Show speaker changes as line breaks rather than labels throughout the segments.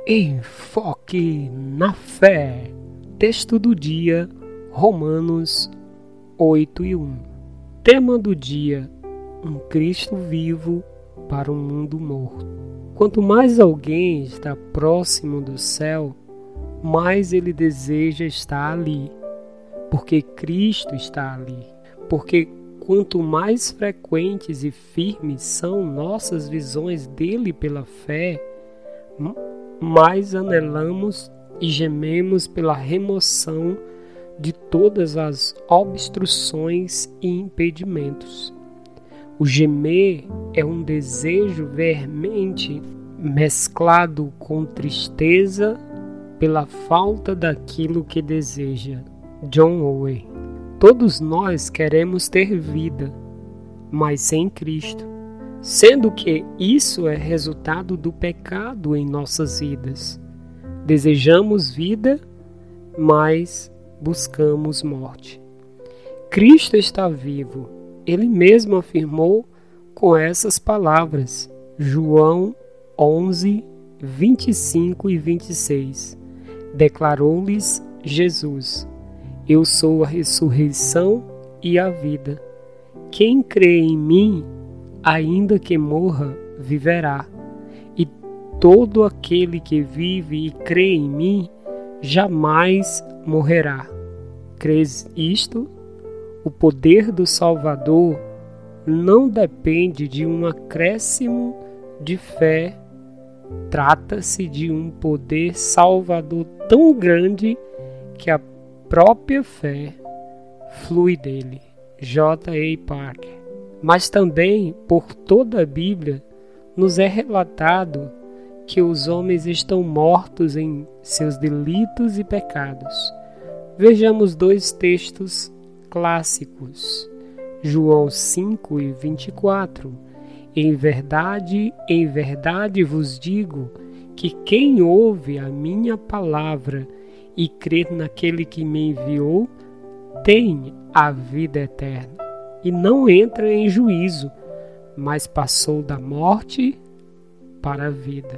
Enfoque na fé. Texto do dia, Romanos 8:1. Tema do dia: um Cristo vivo para um mundo morto. Quanto mais alguém está próximo do céu, mais ele deseja estar ali, porque Cristo está ali. Porque quanto mais frequentes e firmes são nossas visões dele pela fé, mais anelamos e gememos pela remoção de todas as obstruções e impedimentos. O gemer é um desejo veemente mesclado com tristeza pela falta daquilo que deseja. John Owen. Todos nós queremos ter vida, mas sem Cristo, sendo que isso é resultado do pecado em nossas vidas. Desejamos vida, mas buscamos morte. Cristo está vivo. Ele mesmo afirmou com essas palavras, João 11, 25 e 26. Declarou-lhes Jesus: Eu sou a ressurreição e a vida. Quem crê em mim, ainda que morra, viverá. E todo aquele que vive e crê em mim, jamais morrerá. Crês isto? O poder do Salvador não depende de um acréscimo de fé. Trata-se de um poder salvador tão grande que a própria fé flui dele. J.A. Parker. Mas também, por toda a Bíblia, nos é relatado que os homens estão mortos em seus delitos e pecados. Vejamos dois textos clássicos. João 5 e 24. Em verdade vos digo que quem ouve a minha palavra e crê naquele que me enviou, tem a vida eterna e não entra em juízo, mas passou da morte para a vida.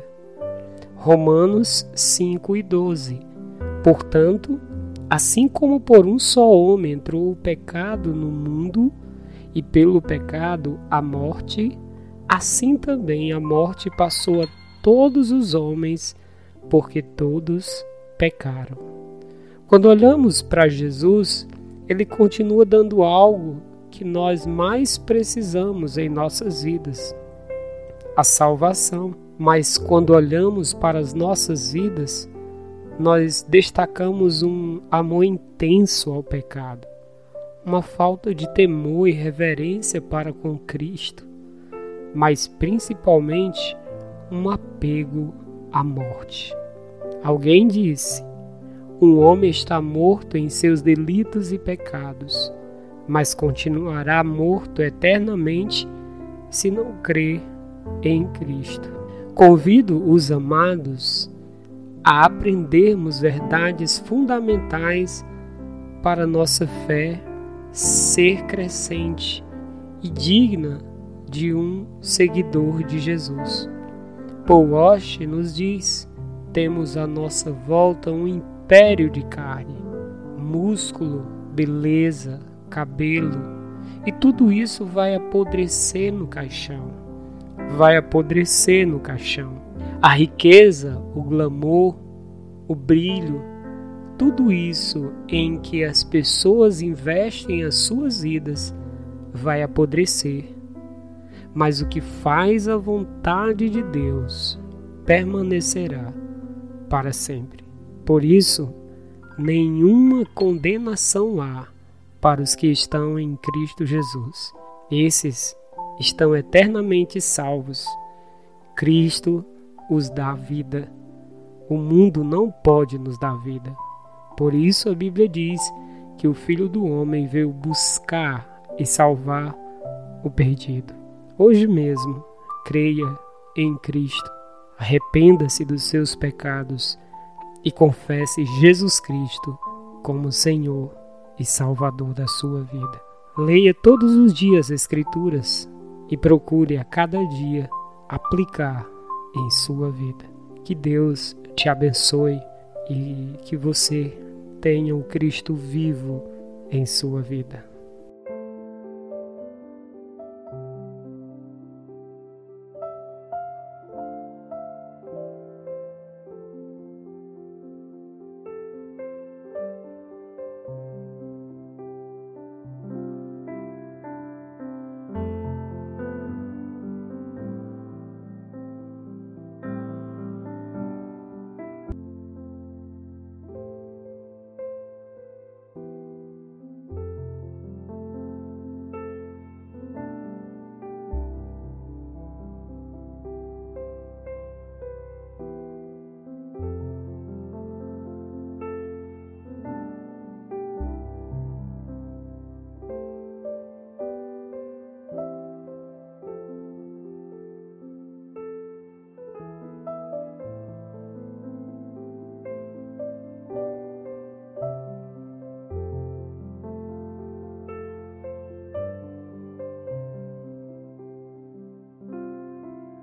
Romanos 5 e 12. Portanto, assim como por um só homem entrou o pecado no mundo, e pelo pecado a morte, assim também a morte passou a todos os homens, porque todos pecaram. Quando olhamos para Jesus, ele continua dando algo que nós mais precisamos em nossas vidas: a salvação. Mas quando olhamos para as nossas vidas, nós destacamos um amor intenso ao pecado, uma falta de temor e reverência para com Cristo, mas principalmente um apego à morte. Alguém disse: um homem está morto em seus delitos e pecados, mas continuará morto eternamente se não crer em Cristo. Convido os amados a aprendermos verdades fundamentais para nossa fé ser crescente e digna de um seguidor de Jesus. Paul Walsh nos diz: temos à nossa volta um império de carne, músculo, beleza, cabelo, e tudo isso vai apodrecer no caixão. A riqueza, o glamour, o brilho, tudo isso em que as pessoas investem as suas vidas vai apodrecer. Mas o que faz a vontade de Deus permanecerá para sempre. Por isso, nenhuma condenação há para os que estão em Cristo Jesus. Esses estão eternamente salvos. Cristo os dá vida. O mundo não pode nos dar vida. Por isso a Bíblia diz que o Filho do Homem veio buscar e salvar o perdido. Hoje mesmo, creia em Cristo, arrependa-se dos seus pecados e confesse Jesus Cristo como Senhor e Salvador da sua vida. Leia todos os dias as Escrituras e procure a cada dia aplicar em sua vida. Que Deus te abençoe e que você tenha o Cristo vivo em sua vida.